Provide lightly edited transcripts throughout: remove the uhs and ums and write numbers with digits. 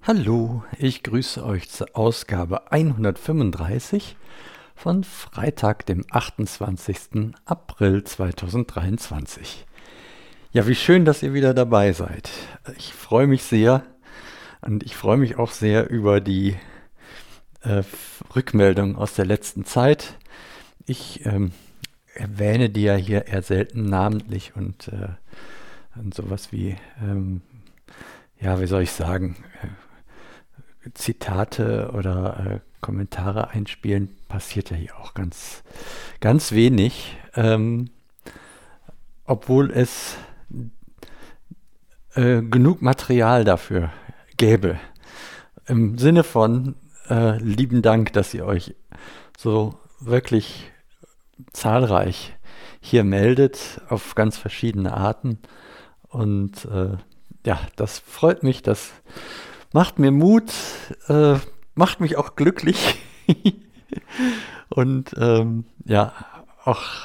Hallo, ich grüße euch zur Ausgabe 135 von Freitag, dem 28. April 2023. Ja, wie schön, dass ihr wieder dabei seid. Ich freue mich sehr und ich freue mich auch sehr über die Rückmeldung aus der letzten Zeit. Ich erwähne die ja hier eher selten namentlich und sowas wie, ja, wie soll ich sagen, Zitate oder Kommentare einspielen, passiert ja hier auch ganz, ganz wenig, obwohl es genug Material dafür gäbe. Im Sinne von lieben Dank, dass ihr euch so wirklich zahlreich hier meldet auf ganz verschiedene Arten. Und ja, das freut mich, das macht mir Mut, macht mich auch glücklich. Und ja, auch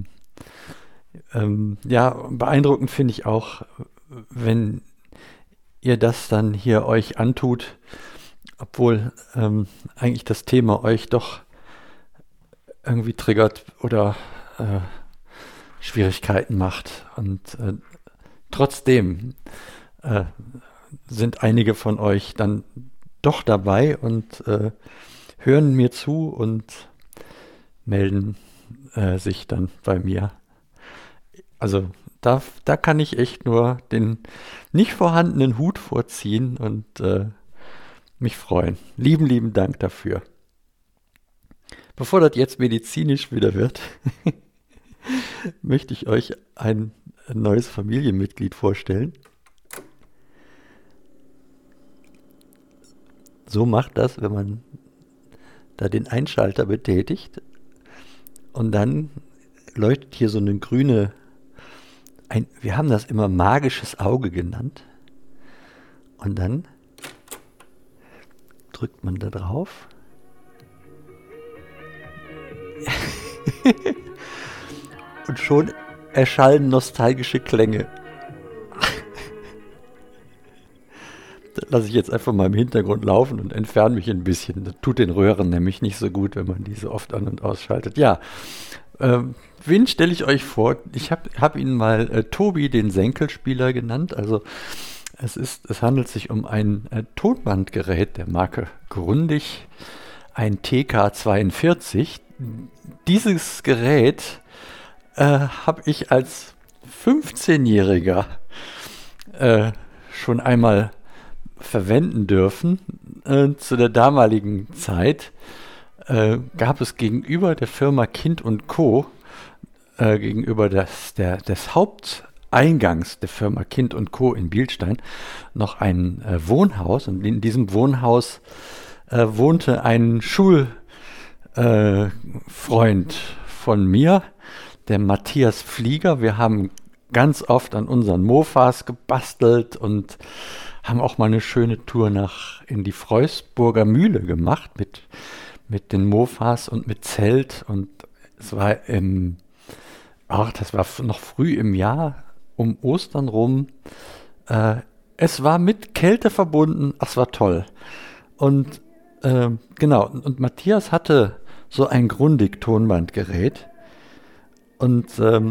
ja, beeindruckend finde ich auch, wenn ihr das dann hier euch antut, obwohl eigentlich das Thema euch doch irgendwie triggert oder Schwierigkeiten macht. Und trotzdem sind einige von euch dann doch dabei und hören mir zu und melden sich dann bei mir. Also da kann ich echt nur den nicht vorhandenen Hut vorziehen und mich freuen. Lieben Dank dafür. Bevor das jetzt medizinisch wieder wird, möchte ich euch ein neues Familienmitglied vorstellen. So macht das, wenn man da den Einschalter betätigt und dann leuchtet hier so eine grüne, wir haben das immer magisches Auge genannt, und dann drückt man da drauf und schon erschallen nostalgische Klänge. Das lasse ich jetzt einfach mal im Hintergrund laufen und entferne mich ein bisschen. Das tut den Röhren nämlich nicht so gut, wenn man die so oft an- und ausschaltet. Ja, wen stelle ich euch vor? Ich hab ihn mal Tobi, den Senkelspieler, genannt. Also es handelt sich um ein Tonbandgerät der Marke Grundig, ein TK42. Dieses Gerät habe ich als 15-Jähriger schon einmal verwenden dürfen. Zu der damaligen Zeit gab es gegenüber der Firma Kind und Co., gegenüber des Haupteingangs der Firma Kind und Co. in Bilstein noch ein Wohnhaus, und in diesem Wohnhaus wohnte ein Schulfreund von mir, der Matthias Flieger. Wir haben ganz oft an unseren Mofas gebastelt und haben auch mal eine schöne Tour in die Freusburger Mühle gemacht mit den Mofas und mit Zelt. Und es war das war noch früh im Jahr, um Ostern rum. Es war mit Kälte verbunden. Ach, es war toll. Und genau, und Matthias hatte so ein Grundig-Tonbandgerät. Und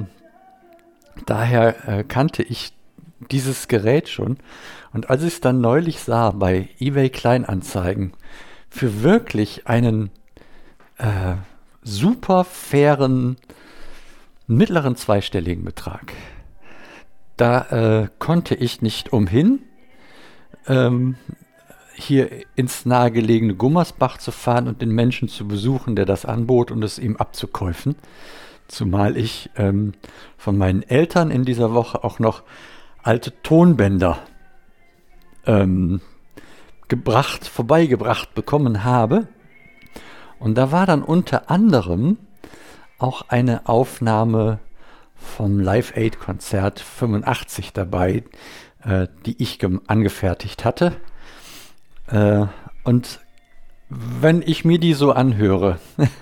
daher kannte ich dieses Gerät schon. Und als ich es dann neulich sah bei eBay Kleinanzeigen für wirklich einen super fairen mittleren zweistelligen Betrag, da konnte ich nicht umhin, hier ins nahegelegene Gummersbach zu fahren und den Menschen zu besuchen, der das anbot, und es ihm abzukäufen. Zumal ich von meinen Eltern in dieser Woche auch noch alte Tonbänder vorbeigebracht bekommen habe. Und da war dann unter anderem auch eine Aufnahme vom Live Aid Konzert 85 dabei, die ich angefertigt hatte. Und wenn ich mir die so anhöre,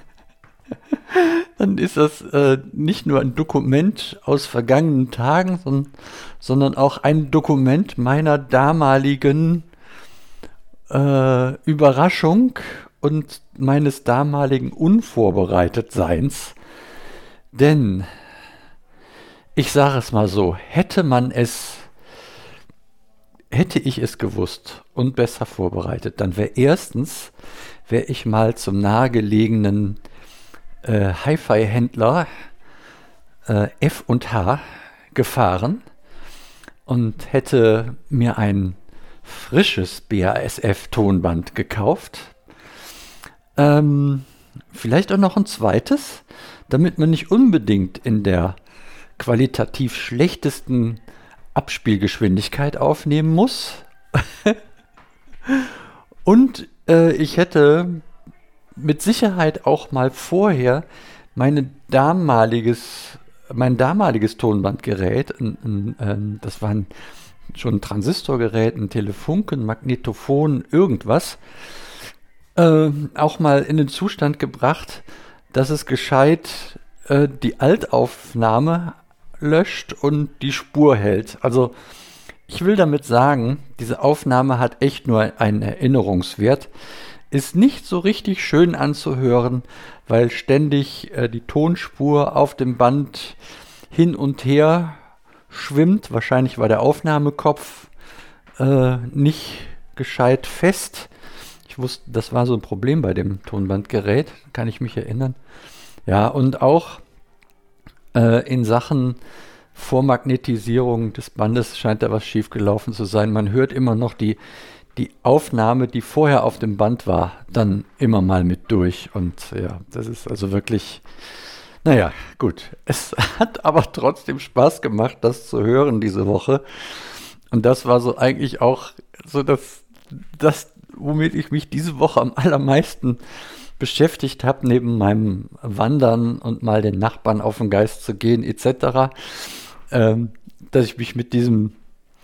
dann ist das nicht nur ein Dokument aus vergangenen Tagen, sondern auch ein Dokument meiner damaligen Überraschung und meines damaligen Unvorbereitetseins. Denn, ich sage es mal so, hätte ich es gewusst und besser vorbereitet, dann wäre ich mal zum nahegelegenen Hi-Fi-Händler F&H gefahren und hätte mir ein frisches BASF-Tonband gekauft. Vielleicht auch noch ein zweites, damit man nicht unbedingt in der qualitativ schlechtesten Abspielgeschwindigkeit aufnehmen muss. Und ich hätte mit Sicherheit auch mal vorher mein damaliges Tonbandgerät, das war schon ein Transistorgerät, ein Telefunken, ein Magnetophon, irgendwas, auch mal in den Zustand gebracht, dass es gescheit die Altaufnahme löscht und die Spur hält. Also ich will damit sagen, diese Aufnahme hat echt nur einen Erinnerungswert, ist nicht so richtig schön anzuhören, weil ständig die Tonspur auf dem Band hin und her schwimmt. Wahrscheinlich war der Aufnahmekopf nicht gescheit fest. Ich wusste, das war so ein Problem bei dem Tonbandgerät, kann ich mich erinnern. Ja, und auch in Sachen Vormagnetisierung des Bandes scheint da was schiefgelaufen zu sein. Man hört immer noch die Aufnahme, die vorher auf dem Band war, dann immer mal mit durch. Und ja, das ist also wirklich, naja, gut. Es hat aber trotzdem Spaß gemacht, das zu hören diese Woche. Und das war so eigentlich auch so das womit ich mich diese Woche am allermeisten beschäftigt habe, neben meinem Wandern und mal den Nachbarn auf den Geist zu gehen, etc., dass ich mich mit diesem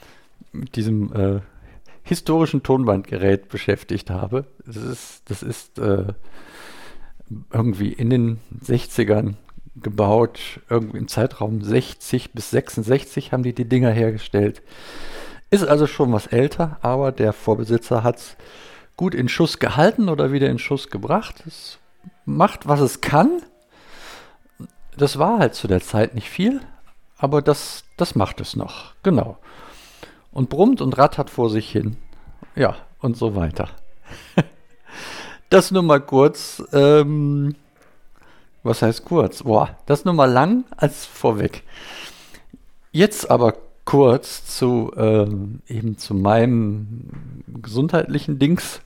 historischen Tonbandgerät beschäftigt habe. Das ist irgendwie in den 60ern gebaut, irgendwie im Zeitraum 60 bis 66 haben die Dinger hergestellt. Ist also schon was älter, aber der Vorbesitzer hat es gut in Schuss gehalten oder wieder in Schuss gebracht. Es macht, was es kann. Das war halt zu der Zeit nicht viel, aber das macht es noch. Genau. Und brummt und rattert vor sich hin. Ja, und so weiter. Das nur mal kurz. Was heißt kurz? Boah, das nur mal lang als vorweg. Jetzt aber kurz zu meinem gesundheitlichen Dings.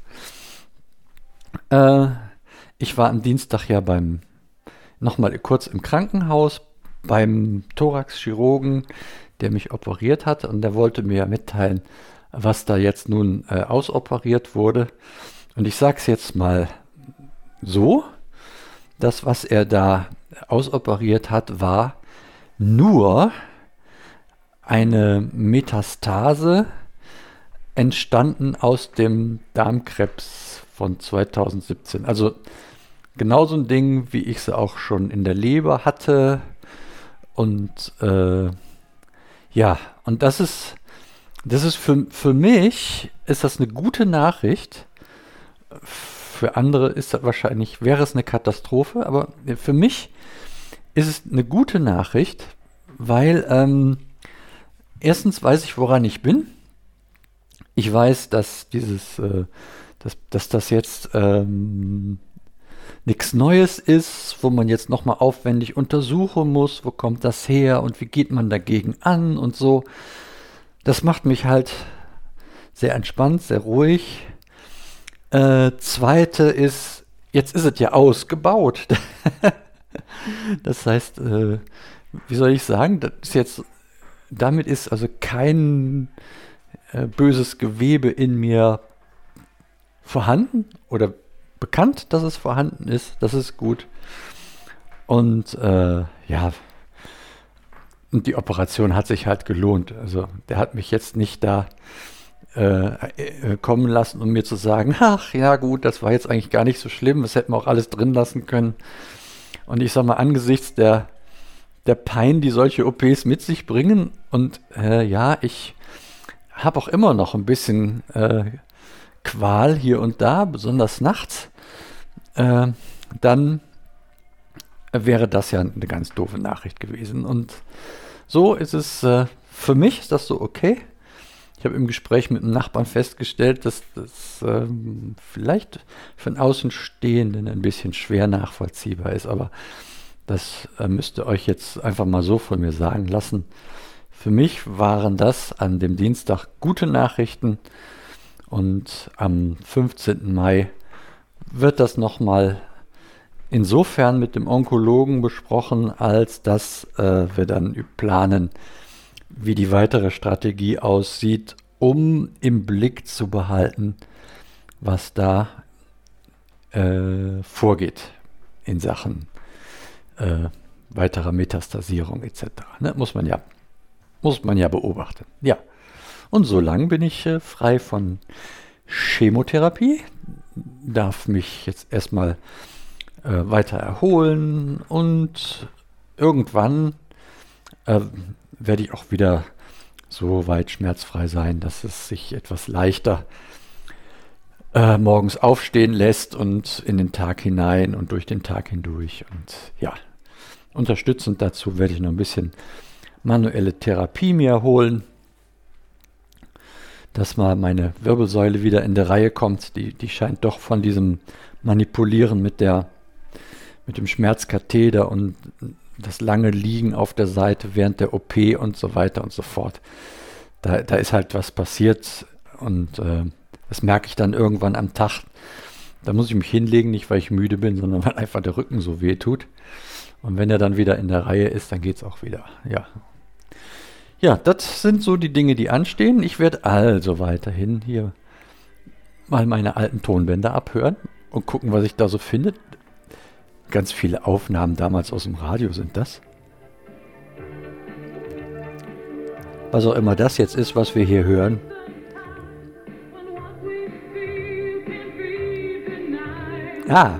Ich war am Dienstag ja nochmal kurz im Krankenhaus beim Thoraxchirurgen, der mich operiert hat, und der wollte mir mitteilen, was da jetzt nun ausoperiert wurde. Und ich sage es jetzt mal so, das, was er da ausoperiert hat, war nur eine Metastase, entstanden aus dem Darmkrebs von 2017. Also genau so ein Ding, wie ich sie auch schon in der Leber hatte. Und ja, und das ist für mich ist das eine gute Nachricht. Für andere ist das wäre es eine Katastrophe, aber für mich ist es eine gute Nachricht, weil erstens weiß ich, woran ich bin. Ich weiß, dass dass das jetzt nichts Neues ist, wo man jetzt nochmal aufwendig untersuchen muss, wo kommt das her und wie geht man dagegen an und so. Das macht mich halt sehr entspannt, sehr ruhig. Zweite ist, jetzt ist es ja ausgebaut. Das heißt, wie soll ich sagen, damit ist also kein böses Gewebe in mir vorhanden oder bekannt, dass es vorhanden ist. Das ist gut. Und ja, und die Operation hat sich halt gelohnt. Also der hat mich jetzt nicht da kommen lassen, um mir zu sagen, ach ja gut, das war jetzt eigentlich gar nicht so schlimm, das hätten wir auch alles drin lassen können. Und ich sag mal, angesichts der Pein, die solche OPs mit sich bringen, und ja, ich habe auch immer noch ein bisschen Qual hier und da, besonders nachts, dann wäre das ja eine ganz doofe Nachricht gewesen. Und so ist es, für mich ist das so okay. Ich habe im Gespräch mit einem Nachbarn festgestellt, dass das vielleicht für einen Außenstehenden ein bisschen schwer nachvollziehbar ist, aber das müsst ihr euch jetzt einfach mal so von mir sagen lassen. Für mich waren das an dem Dienstag gute Nachrichten und am 15. Mai wird das nochmal insofern mit dem Onkologen besprochen, als dass wir dann planen, wie die weitere Strategie aussieht, um im Blick zu behalten, was da vorgeht in Sachen weiterer Metastasierung etc. Ne? Muss man ja beobachten. Ja, und solange bin ich frei von Chemotherapie, darf mich jetzt erstmal weiter erholen und irgendwann werde ich auch wieder so weit schmerzfrei sein, dass es sich etwas leichter morgens aufstehen lässt und in den Tag hinein und durch den Tag hindurch. Und ja, unterstützend dazu werde ich noch ein bisschen manuelle Therapie mir holen, dass mal meine Wirbelsäule wieder in die Reihe kommt. Die scheint doch von diesem Manipulieren mit dem Schmerzkatheter und das lange Liegen auf der Seite während der OP und so weiter und so fort. Da ist halt was passiert und das merke ich dann irgendwann am Tag. Da muss ich mich hinlegen, nicht weil ich müde bin, sondern weil einfach der Rücken so weh tut. Und wenn er dann wieder in der Reihe ist, dann geht es auch wieder. Ja, das sind so die Dinge, die anstehen. Ich werde also weiterhin hier mal meine alten Tonbänder abhören und gucken, was ich da so finde. Ganz viele Aufnahmen damals aus dem Radio sind das. Was auch immer das jetzt ist, was wir hier hören. Ah.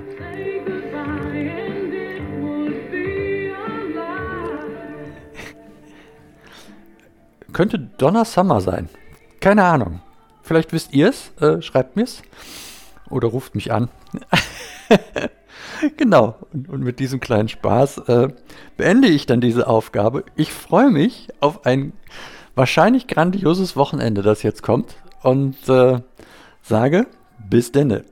Könnte Donna Summer sein. Keine Ahnung. Vielleicht wisst ihr es. Schreibt mir's. Oder ruft mich an. Genau. Und mit diesem kleinen Spaß beende ich dann diese Aufgabe. Ich freue mich auf ein wahrscheinlich grandioses Wochenende, das jetzt kommt. Und sage bis denne.